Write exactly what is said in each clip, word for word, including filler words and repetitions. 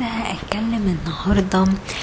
اتكلم النهاردة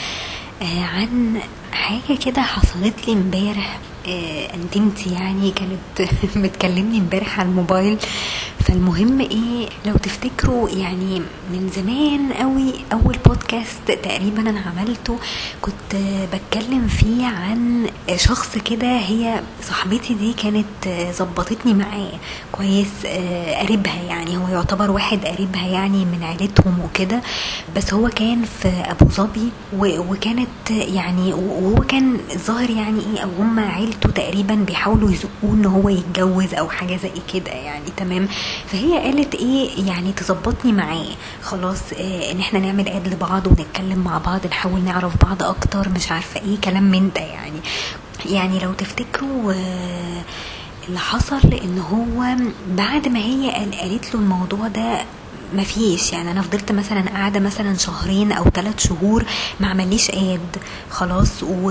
آه عن حاجة كده حصلت لي امبارح. آه انتمتي يعني كانت بتكلمني امبارح على الموبايل. فالمهم ايه، لو تفتكروا يعني من زمان قوي اول بودكاست تقريبا انا عملته كنت بتكلم فيه عن شخص كده، هي صاحبتي دي كانت زبطتني معاه كويس، قريبها يعني، هو يعتبر واحد قريبها يعني من عيلتهم وكده، بس هو كان في ابو ظبي وكانت يعني، وهو كان ظاهر يعني ايه، او هم عيلته تقريبا بيحاولوا يزقوه ان هو يتجوز او حاجه زي كده يعني. تمام، فهي قالت ايه يعني تظبطني معاه خلاص، إيه ان احنا نعمل عيد لبعض ونتكلم مع بعض، نحاول نعرف بعض اكتر، مش عارفه ايه كلام من ده يعني. يعني لو تفتكروا آه اللي حصل ان هو بعد ما هي قالت له الموضوع ده ما فيش يعني، انا فضلت مثلا قاعده مثلا شهرين او ثلاث شهور ما عمليش اد خلاص،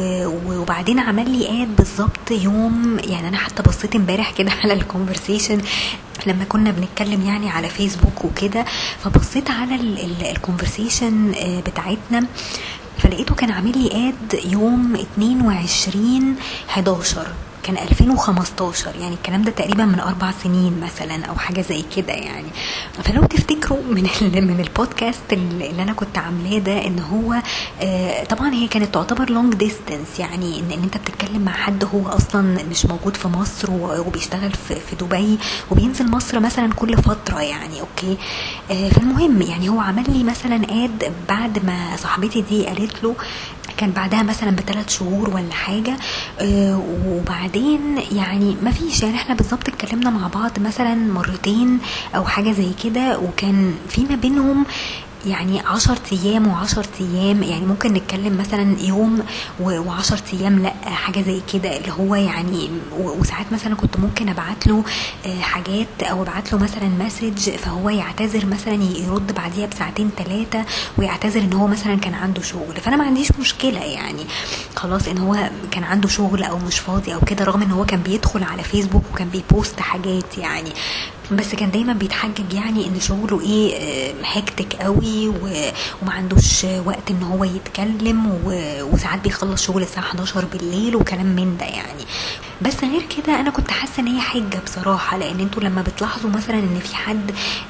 وبعدين عمل لي اد بالظبط يوم يعني. انا حتى بصيت امبارح كده على الكونفرسيشن لما كنا بنتكلم يعني على فيسبوك وكده، فبصيت على الكونفرسيشن بتاعتنا فلقيته كان عامل لي اد يوم اتنين وعشرين حداشر كان ألفين وخمستاشر، يعني الكلام ده تقريبا من اربع سنين مثلا او حاجه زي كده يعني. فلو تفتكروا من من البودكاست اللي انا كنت عاملاه ده، ان هو آه طبعا هي كانت تعتبر لونج ديستنس، يعني ان, إن انت بتتكلم مع حد هو اصلا مش موجود في مصر وبيشتغل في, في دبي وبينزل مصر مثلا كل فتره يعني. اوكي، آه فالمهم يعني هو عمل لي مثلا اد بعد ما صاحبتي دي قالت له، كان بعدها مثلا بثلاث شهور ولا حاجة، آه وبعدين يعني ما فيش يعني، احنا بالظبط اتكلمنا مع بعض مثلا مرتين او حاجة زي كده، وكان في ما بينهم يعني عشر ايام وعشر ايام، يعني ممكن نتكلم مثلا يوم وعشر ايام، لا حاجة زي كده اللي هو يعني. وساعات مثلا كنت ممكن ابعت له حاجات او ابعت له مثلا مسج، فهو يعتذر مثلا يرد بعديها بساعتين ثلاثة ويعتذر ان هو مثلا كان عنده شغل، فانا ما عنديش مشكلة يعني خلاص ان هو كان عنده شغل او مش فاضي او كده، رغم ان هو كان بيدخل على فيسبوك وكان بيبوست حاجات يعني، بس كان دايما بيتحجج يعني ان شغله ايه هكتك قوي وما عندوش وقت ان هو يتكلم، وساعات بيخلص شغل الساعه حداشر بالليل وكلام من ده يعني. بس غير كده انا كنت حاسه ان هي حجه بصراحه، لان انتوا لما بتلاحظوا مثلا ان في حد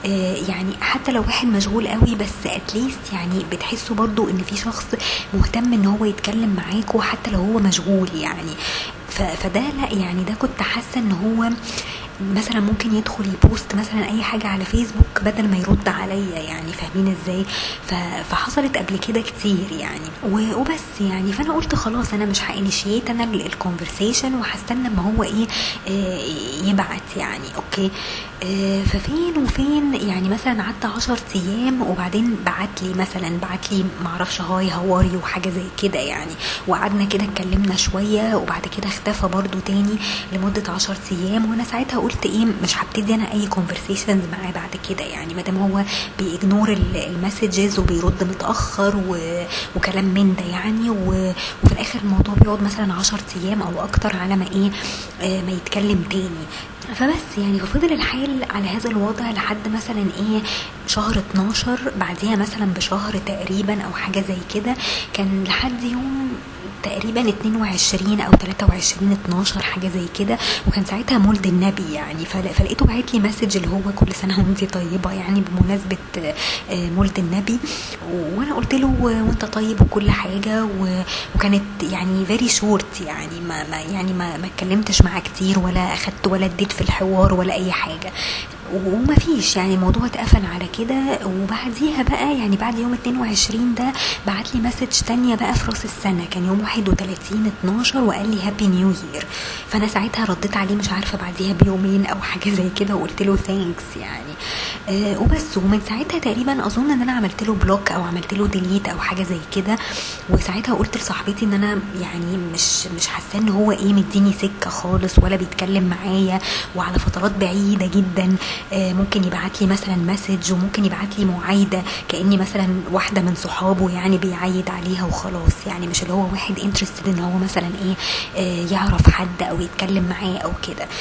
يعني حتى لو واحد مشغول قوي، بس اتليست يعني بتحسوا برضو ان في شخص مهتم ان هو يتكلم معاكوا حتى لو هو مشغول يعني. فده لا يعني، ده كنت حاسه ان هو مثلا ممكن يدخل يبوست مثلا اي حاجة على فيسبوك بدل ما يرد عليا يعني، فاهمين ازاي؟ فحصلت قبل كده كتير يعني، وبس يعني. فانا قلت خلاص انا مش هانيشيت انا الكونفرسيشن وهستنى ما هو ايه يبعت يعني. اوكي، ففين وفين يعني، مثلا قعدت عشر ايام وبعدين بعت لي مثلا بعت لي معرفش هاي هواري وحاجة زي كده يعني، وقعدنا كده اتكلمنا شوية، وبعد كده اختفى برضو تاني لمدة عشر ايام. وانا ساعتها قلت ايه، مش هبتدي انا اي كونفرسيشنز معاه بعد كده يعني، مادام هو بيجنور المسجز وبيرد متاخر وكلام من ده يعني، وفي الاخر الموضوع بيقعد مثلا عشر ايام او اكتر على ما ايه ما يتكلم تاني. فبس يعني ففضل الحال على هذا الوضع لحد مثلا ايه شهر اتناشر، بعديها مثلا بشهر تقريبا او حاجة زي كده، كان لحد يوم تقريبا اتنين وعشرين او تلاتة وعشرين اتناشر حاجة زي كده، وكان ساعتها مولد النبي يعني. فلقيته بعت لي مسج اللي هو كل سنة وانتي طيبة يعني بمناسبة مولد النبي، وانا قلت له وانت طيب وكل حاجة، وكانت يعني very short يعني، ما يعني ما ما اتكلمتش معاه كتير ولا اخدت ولا اديت في الحوار ولا اي حاجة، وما فيش يعني الموضوع اتقفل على كده. وبعديها بقى يعني بعد يوم اتنين وعشرين ده بعت لي مسج تانية بقى في راس السنة، كان يوم واحد وتلاتين اتناشر، وقال لي هابي نيو يير. فانا ساعتها رديت عليه مش عارفة بعديها بيومين او حاجة زي كده، وقلت له ثانكس يعني. آه وبس، ومن ساعتها تقريبا اظن ان انا عملت له بلوك او عملت له ديليت او حاجة زي كده. وساعتها قلت لصاحبتي ان انا يعني مش مش حاسه ان هو ايه مديني سكة خالص ولا بيتكلم معايا، وعلى فترات بعيدة جدا ممكن يبعت لي مثلا مسج وممكن يبعت لي معايدة كأني مثلا واحدة من صحابه يعني بيعايد عليها وخلاص يعني، مش اللي هو واحد انترستد ان هو مثلا ايه يعرف حد او يتكلم معاه او كده.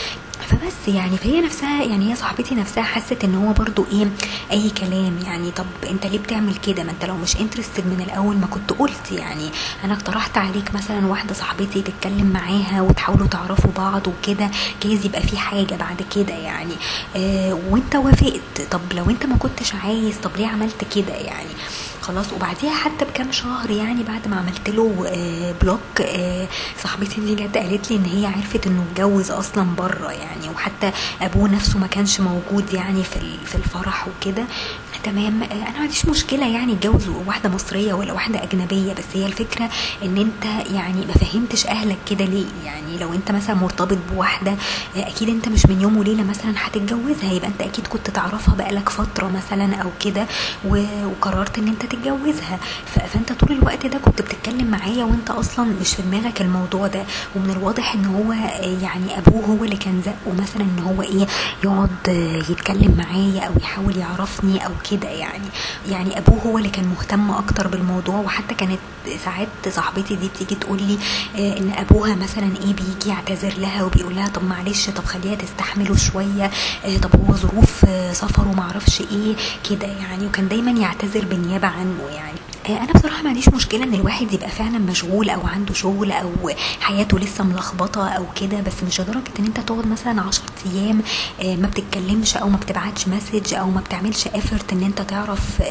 فبس يعني فهي نفسها يعني هي صاحبتي نفسها حست ان هو برضو ايه اي كلام يعني. طب انت ليه بتعمل كده؟ ما انت لو مش انترستد من الاول ما كنت قلت يعني. انا اقترحت عليك مثلا واحده صاحبتي تتكلم معاها وتحاولوا تعرفوا بعض وكده، جايز يبقى في حاجه بعد كده يعني. اه وانت وافقت. طب لو انت ما كنتش عايز طب ليه عملت كده يعني؟ خلاص. وبعديها حتى بكام شهر يعني بعد ما عملت له آه بلوك، آه صاحبتي دي جت قالت لي ان هي عرفت انه اتجوز اصلا بره يعني، وحتى ابوه نفسه ما كانش موجود يعني في في الفرح وكده. تمام. آه انا ما عنديش مشكله يعني اتجوز واحده مصريه ولا واحده اجنبيه، بس هي الفكره ان انت يعني ما فهمتش اهلك كده ليه يعني. لو انت مثلا مرتبط بواحده آه اكيد انت مش من يوم وليله مثلا هتتجوزها، يبقى انت اكيد كنت تعرفها بقالك فتره مثلا او كده وقررت ان انت تتجوزها. فانت طول الوقت ده كنت بتتكلم معايا وانت اصلا مش في دماغك الموضوع ده. ومن الواضح ان هو يعني ابوه هو اللي كان زقه مثلا ان هو ايه يقعد يتكلم معايا او يحاول يعرفني او كده يعني. يعني ابوه هو اللي كان مهتم اكتر بالموضوع. وحتى كانت ساعات صاحبتي دي بتيجي تقول لي ان ابوها مثلا ايه بيجي يعتذر لها وبيقول لها طب معلش طب خليها تستحمله شويه، طب هو ظروف سفر وما اعرفش ايه كده يعني. وكان دايما يعتذر بالنيابه عنه يعني. انا بصراحه ما عنديش مشكله ان الواحد يبقى فعلا مشغول او عنده شغل او حياته لسه ملخبطه او كده، بس مش لدرجه ان انت تقعد مثلا عشر ايام ما بتتكلمش او ما بتبعتش مسج او ما بتعملش افورت ان انت تعرف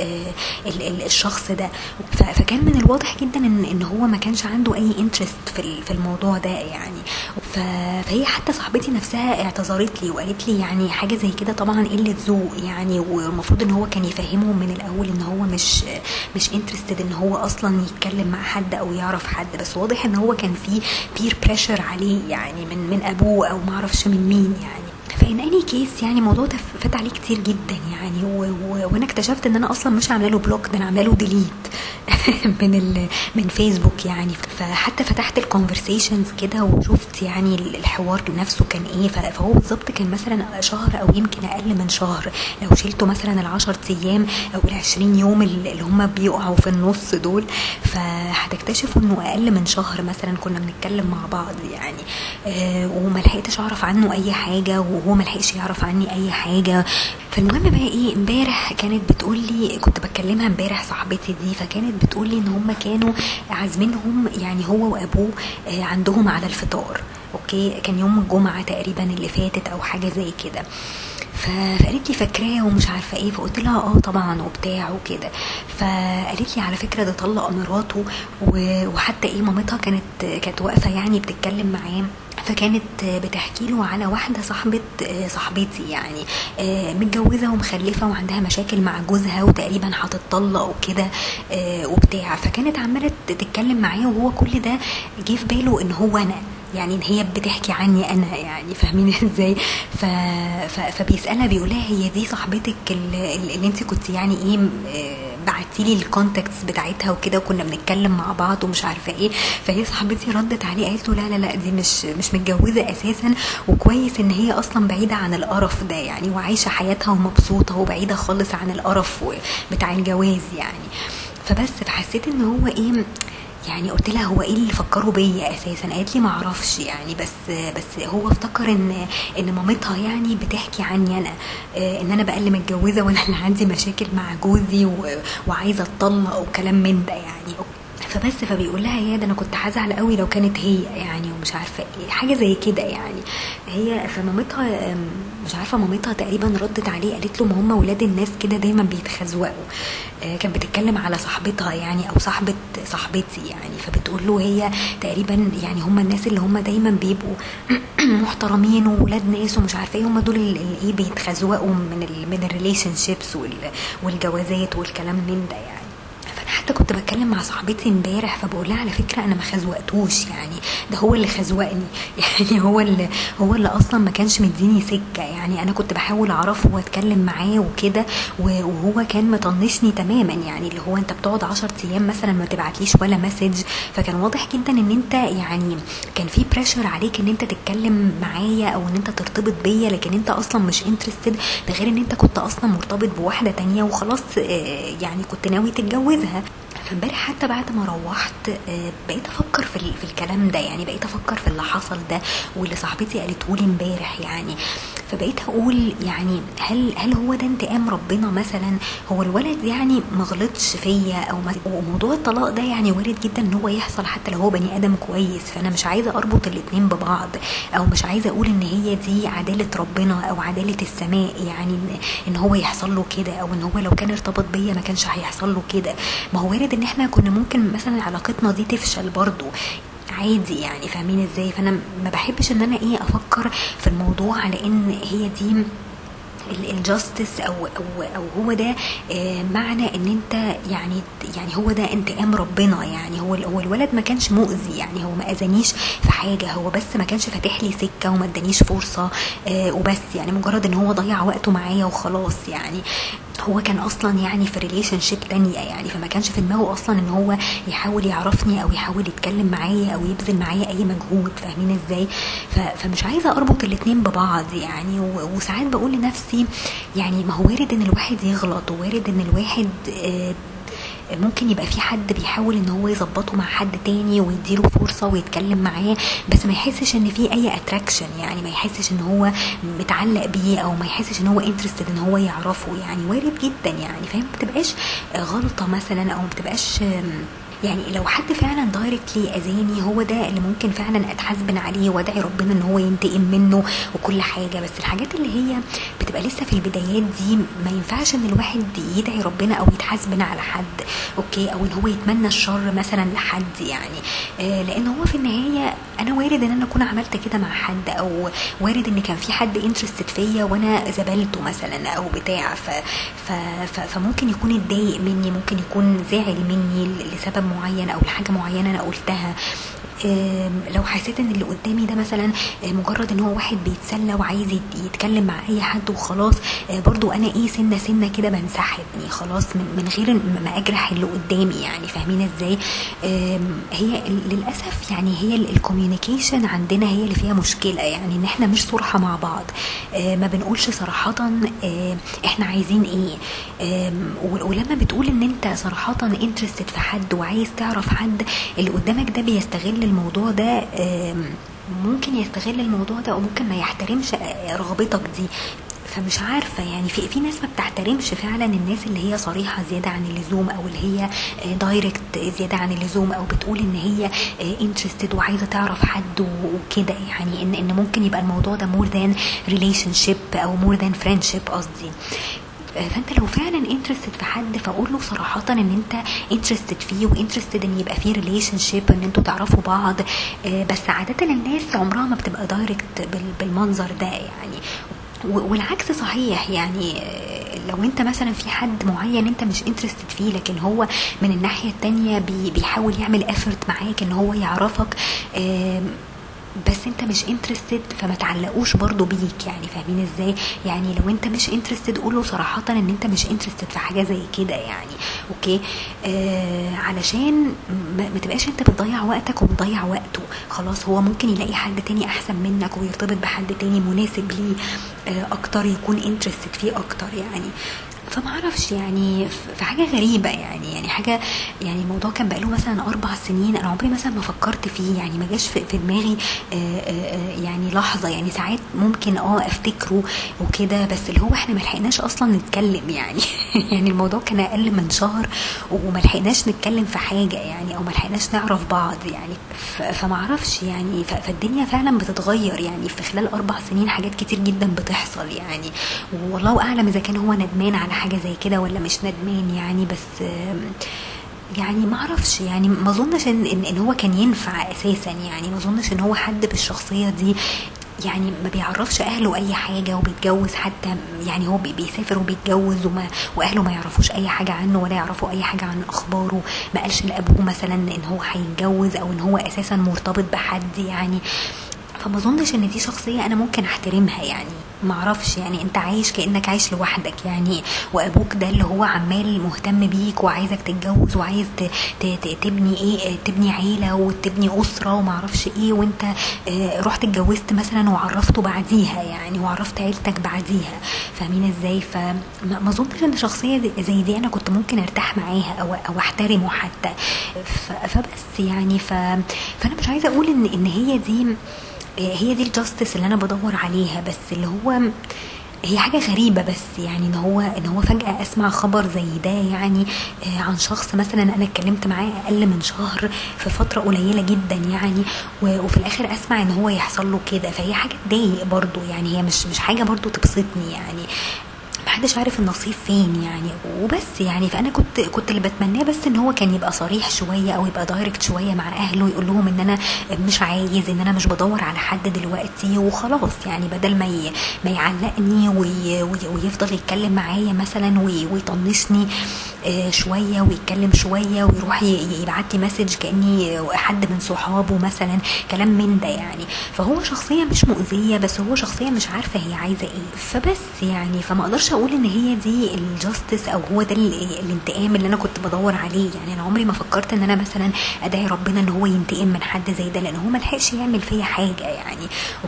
الشخص ده. فكان من الواضح جدا ان ان هو ما كانش عنده اي انترست في في الموضوع ده يعني. فهي حتى صاحبتي نفسها اعتذرت لي وقالت لي يعني حاجه زي كده طبعا قله ذوق يعني، والمفروض ان هو كان يفهمهم من الاول ان هو مش مش انترست ان هو اصلا يتكلم مع حد او يعرف حد. بس واضح ان هو كان فيه بير بريشر عليه يعني من من ابوه او ما اعرفش من مين يعني. فإن اني كيس يعني الموضوع ده فات عليه كتير جدا يعني. و... و... وانا اكتشفت ان انا اصلا مش عامله له بلوك، ده انا عامله له ديليت من ال... من فيسبوك يعني. فحتى فتحت الكونفرسيشنز كده وشفت يعني الحوار نفسه كان ايه. فهو بالظبط كان مثلا شهر او يمكن اقل من شهر لو شلته مثلا العشر ايام او العشرين يوم اللي هم بيقعوا في النص دول. فهتكتشفوا انه اقل من شهر مثلا كنا بنتكلم مع بعض يعني. آه وما لحقتش اعرف عنه اي حاجه وهو ما لحقش يعرف عني اي حاجه. فالمهم بقى ايه، امبارح كانت بتقول لي، كنت بكلمها امبارح صاحبتي دي، فكانت بتقول لي ان هم كانوا عازمينهم يعني هو وابوه عندهم على الفطار. اوكي، كان يوم الجمعه تقريبا اللي فاتت او حاجه زي كده. فقالت لي فاكراه ومش عارفه ايه، فقلت لها اه طبعا وبتاع وكده. فقالت لي على فكره ده طلق مراته، وحتى ايه مامتها كانت كانت واقفه يعني بتتكلم معاه، فكانت بتحكي له على واحدة صاحبة صاحبتي يعني متجوزة ومخلفة وعندها مشاكل مع جوزها وتقريبا هتطلق وكده وبتاع. فكانت عمالة تتكلم معاه وهو كل ده جه في باله ان هو انا يعني، ان هي بتحكي عني انا يعني، فاهمين ازاي؟ ف... ف... فبيسألها بيقولها هي دي صاحبتك اللي, اللي انت كنت يعني ايه بعتيلي الكونتاكتس بتاعتها وكده وكنا بنتكلم مع بعض ومش عارفه ايه. فهي صاحبتي ردت عليه قالت له لا لا لا دي مش مش متجوزه اساسا، وكويس ان هي اصلا بعيده عن القرف ده يعني، وعايشه حياتها ومبسوطه وبعيده خالص عن القرف بتاع الجواز يعني. فبس فحسيت ان هو ايه يعني، قلت لها هو ايه اللي فكروا بيا اساسا؟ قالت لي ما اعرفش يعني، بس بس هو افتكر ان ان مامتها يعني بتحكي عني انا، ان انا بقى اللي متجوزه وانا اللي عندي مشاكل مع جوزي وعايزه اتطلق وكلام من ده يعني. فبس فبيقول لها يا ده انا كنت هزعل قوي لو كانت هي يعني، ومش عارفه ايه حاجه زي كده يعني. هي فمامتها مش عارفه مامتها تقريبا ردت عليه قالت له ما هم ولاد الناس كده دايما بيتخزوقوا. كانت بتتكلم على صاحبتها يعني او صاحبه صاحبتي يعني، فبتقول له هي تقريبا يعني هم الناس اللي هم دايما بيبقوا محترمين وولاد ناس ومش عارفه ايه، هم دول اللي ايه بيتخزوقوا من ال من الريليشن شيبس والجوازات والكلام من ده يعني. حتى كنت بتكلم مع صاحبتي امبارح فبقول لها على فكره انا ما خزوقتوش يعني، ده هو اللي خزوقني يعني، هو اللي هو اللي اصلا ما كانش مديني سكه يعني. انا كنت بحاول اعرفه واتكلم معاه وكده، وهو كان مطنشني تماما يعني، اللي هو انت بتقعد عشر ايام مثلا ما تبعتليش ولا مسج. فكان واضح جدا ان انت يعني كان في بريشر عليك ان انت تتكلم معايا او ان انت ترتبط بيا، لكن انت اصلا مش انترستد. ده غير ان انت كنت اصلا مرتبط بواحده تانية وخلاص يعني كنت ناوي تتجوزها. فامبارح حتى بعد ما روحت آه، بقيت افكر في ال- في الكلام ده، يعني بقيت افكر في اللي حصل ده واللي صاحبتي قالته لي امبارح يعني. فبقيت اقول يعني هل هل هو ده انتقام ربنا مثلا؟ هو الولد يعني ما غلطش فيا او ما، وموضوع الطلاق ده يعني وارد جدا ان هو يحصل حتى لو هو بني ادم كويس. فانا مش عايزه اربط الاتنين ببعض، او مش عايزه اقول ان هي دي عداله ربنا او عداله السماء، يعني ان, إن هو يحصل له كده، او ان هو لو كان ارتبط بيا ما كانش هيحصل له كده. ما هو وارد ان احنا كنا ممكن مثلا علاقتنا دي تفشل برضو عادي يعني، فاهمين ازاي؟ فانا ما بحبش ان انا ايه افكر في الموضوع على ان هي دي الجاستس او او او هو ده آه، معنى ان انت يعني يعني هو ده انتقام ربنا. يعني هو هو الولد ما كانش مؤذي، يعني هو ما اذانيش في حاجه، هو بس ما كانش فاتح لي سكه وما ادانيش فرصه آه، وبس، يعني مجرد ان هو ضيع وقته معايا وخلاص. يعني هو كان اصلا يعني في ريليشن شيب تانية يعني، فما كانش في دماغه اصلا ان هو يحاول يعرفني او يحاول يتكلم معايا او يبذل معايا اي مجهود، فاهمين ازاي؟ ف- فمش عايزه اربط الاتنين ببعض يعني. و- وساعات بقول لنفسي يعني ما هو وارد ان الواحد يغلط، ووارد ان الواحد آه، ممكن يبقى في حد بيحاول ان هو يظبطه مع حد تاني ويديله فرصه ويتكلم معاه، بس ما يحسش ان في اي اتراكشن، يعني ما يحسش ان هو متعلق بيه، او ما يحسش ان هو انترستد ان هو يعرفه. يعني وارد جدا يعني، فاهم؟ ما بتبقاش غلطه مثلا، او ما بتبقاش يعني لو حد فعلا دايركتلي اذاني هو ده اللي ممكن فعلا اتحاسبن عليه وادعي ربنا ان هو ينتقم منه وكل حاجه. بس الحاجات اللي هي بتبقى لسه في البدايات دي ما ينفعش ان الواحد يدعي ربنا او يتحاسبن على حد، اوكي، او ان هو يتمنى الشر مثلا لحد يعني. آه لان هو في النهايه انا وارد ان انا اكون عملت كده مع حد، او وارد ان كان في حد انترستد فيا وانا زبلته مثلا او بتاع، ف ف ف فممكن يكون اتضايق مني، ممكن يكون زعل مني لسبب معين او لحاجه معينه انا قلتها. لو حسيت ان اللي قدامي ده مثلا مجرد ان هو واحد بيتسلى وعايز يتكلم مع اي حد وخلاص، برضو انا ايه سنه سنه كده بنسحب يعني خلاص من, من غير ما اجرح اللي قدامي يعني، فاهمين ازاي؟ هي للاسف يعني هي الكوميونيكيشن عندنا هي اللي فيها مشكله، يعني ان احنا مش صراحه مع بعض، ما بنقولش صراحه احنا عايزين ايه. ولما بتقول ان انت صراحه انترستد في حد وعايز تعرف حد، اللي قدامك ده بيستغل الموضوع ده، ممكن يستغل الموضوع ده وممكن ما يحترمش رغبتك دي. فمش عارفة يعني في في ناس ما بتحترمش فعلا الناس اللي هي صريحة زيادة عن اللزوم، او اللي هي دايركت زيادة عن اللزوم، او بتقول ان هي انترستد وعايزة تعرف حد وكده، يعني ان ان ممكن يبقى الموضوع ده more than relationship او more than friendship قصدي. فانت لو فعلا انترستد في حد فاقول له صراحه ان انت انترستد فيه وانترستد ان يبقى فيه ريليشن شيب، ان انتوا تعرفوا بعض. بس عاده الناس عمرها ما بتبقى دايركت بالمنظر ده يعني، والعكس صحيح يعني. لو انت مثلا في حد معين انت مش انترستد فيه، لكن هو من الناحيه التانية بيحاول يعمل افورت معاك ان هو يعرفك، بس انت مش انترستد، فما تعلقوش برضو بيك يعني، فاهمين ازاي؟ يعني لو انت مش انترستد قوله صراحة ان انت مش انترستد في حاجة زي كده يعني، اوكي؟ آه علشان ما تبقاش انت بتضيع وقتك وبتضيع وقته. خلاص هو ممكن يلاقي حد تاني احسن منك ويرتبط بحد تاني مناسب ليه آه اكتر، يكون انترستد فيه اكتر يعني. فما اعرفش يعني، في حاجه غريبه يعني يعني حاجه يعني الموضوع كان بقاله مثلا اربع سنين، انا عمري مثلا ما فكرت فيه يعني، ما جاش في دماغي آآ آآ يعني لحظه يعني. ساعات ممكن اه افتكره وكده، بس اللي هو احنا ما لحقناش اصلا نتكلم يعني يعني الموضوع كان اقل من شهر وما لحقناش نتكلم في حاجه يعني، او ما لحقناش نعرف بعض يعني. فما اعرفش يعني، فالدنيا فعلا بتتغير يعني في خلال اربع سنين، حاجات كتير جدا بتحصل يعني. والله اعلم اذا كان هو ندمان على حاجه زي كده ولا مش ندمان يعني. بس يعني ما اعرفش يعني، ما اظنش ان ان هو كان ينفع اساسا يعني، ما اظنش ان هو حد بالشخصيه دي يعني ما بيعرفش اهله اي حاجه وبيتجوز حتى يعني، هو بيسافر وبيتجوز وما واهله ما يعرفوش اي حاجه عنه ولا يعرفوا اي حاجه عن اخباره، ما قالش لابوه مثلا ان هو هيتجوز او ان هو اساسا مرتبط بحد يعني. فما اظنش ان دي شخصيه انا ممكن احترمها. يعني معرفش، يعني انت عايش كانك عايش لوحدك يعني، وابوك ده اللي هو عمال مهتم بيك وعايزك تتجوز وعايز ت- ت- ت- تبني ايه، تبني عيله وتبني اسره ومعرفش ايه، وانت آه، رحت اتجوزت مثلا وعرفته بعديها يعني، وعرفت عيلتك بعديها. فاهمين ازاي؟ فما ما اظنش ان شخصيه دي- زي دي انا كنت ممكن ارتاح معاها او او احترمه حتى. ف- فبس يعني ف فانا مش عايزه اقول ان ان هي دي هي دي الجاستس اللي انا بدور عليها، بس اللي هو هي حاجة غريبة. بس يعني ان هو ان هو فجأة اسمع خبر زي ده يعني، آه، عن شخص مثلا انا اتكلمت معاه اقل من شهر في فترة قليلة جدا يعني، و- وفي الاخر اسمع ان هو يحصل له كده. فهي حاجة تضايق برضو يعني، هي مش مش حاجة برضو تبسطني يعني. محدش عارف النصيب فين يعني، وبس يعني. فانا كنت كنت اللي بتمناه بس ان هو كان يبقى صريح شويه، او يبقى دايركت شويه مع اهله، يقول لهم ان انا مش عايز، ان انا مش بدور على حد دلوقتي وخلاص يعني، بدل ما ي- ما يعلقني وي- وي- ويفضل يتكلم معايا مثلا وي- ويطنشني آه، شويه ويتكلم شويه ويروح يبعت لي مسج كاني حد من صحابه مثلا، كلام من ده يعني. فهو شخصيه مش مؤذيه، بس هو شخصيه مش عارفه هي عايزه ايه. فبس يعني فما اقدرش اقول ان هي دي الجاستس او هو ده ال- الانتقام اللي انا كنت بدور عليه يعني. انا عمري ما فكرت ان انا مثلا ادعي ربنا ان هو ينتقم من حد زي ده، لان هو ملحقش يعمل فيا حاجه يعني.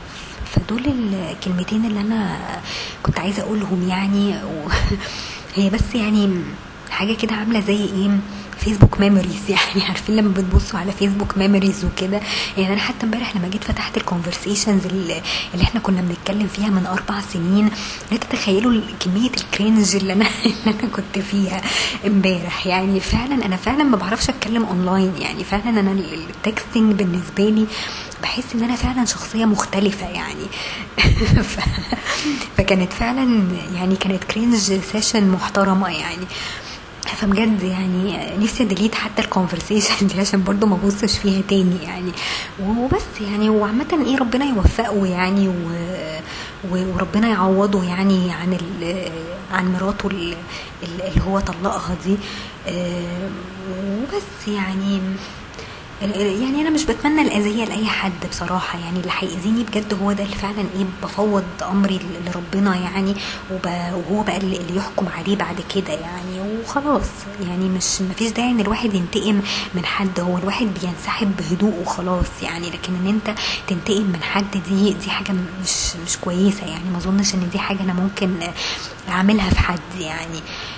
فدول الكلمتين اللي انا كنت عايزه اقولهم يعني و... هي بس يعني حاجه كده عامله زي ايه، فيسبوك ميموريز يعني. عارفين لما بتبصوا على فيسبوك ميموريز وكده؟ يعني انا حتى امبارح لما جيت فتحت الكونفرسيشنز اللي, اللي احنا كنا بنتكلم فيها من اربع سنين، لا تتخيلوا كميه الكرينج اللي انا اللي انا كنت فيها امبارح يعني. فعلا انا فعلا ما بعرفش اتكلم اونلاين يعني. فعلا انا التكستنج بالنسبه لي بحس ان انا فعلا شخصيه مختلفه يعني. ف... فكانت فعلا يعني كانت كرينج سيشن محترمه يعني. فبجد يعني نفسي ديليت حتى الكونفرسيشن دي عشان برضو ما ابصش فيها تاني يعني. وبس يعني، وعامة ايه، ربنا يوفقه يعني و... و- وربنا يعوضه يعني عن ال... عن مراته ال- ال- اللي هو طلقها دي. آه، وبس يعني يعني انا مش بتمنى الاذيه لاي حد بصراحه يعني. اللي هيأذيني بجد هو ده اللي فعلا ايه، بفوض امري لربنا يعني، وب- وهو بقى اللي اللي يحكم عليه بعد كده يعني، وخلاص يعني. مش مفيش داعي ان الواحد ينتقم من حد، هو الواحد بينسحب بهدوء وخلاص يعني. لكن ان انت تنتقم من حد دي دي حاجه مش مش كويسه يعني. ما اظنش ان دي حاجه انا ممكن اعملها في حد يعني.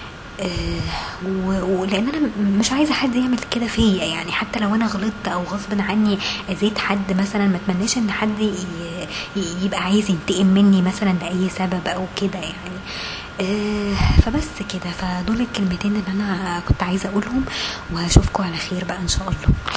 آه، و- ولان انا م- مش عايزه حد يعمل كده فيا يعني. حتى لو انا غلطت او غصب عني اذيت حد مثلا، ما اتمناش ان حد ي- ي- يبقى عايز ينتقم مني مثلا لاي سبب او كده يعني. آه، فبس كده. فدول الكلمتين اللي انا كنت عايزه اقولهم، وهشوفكم على خير بقى ان شاء الله.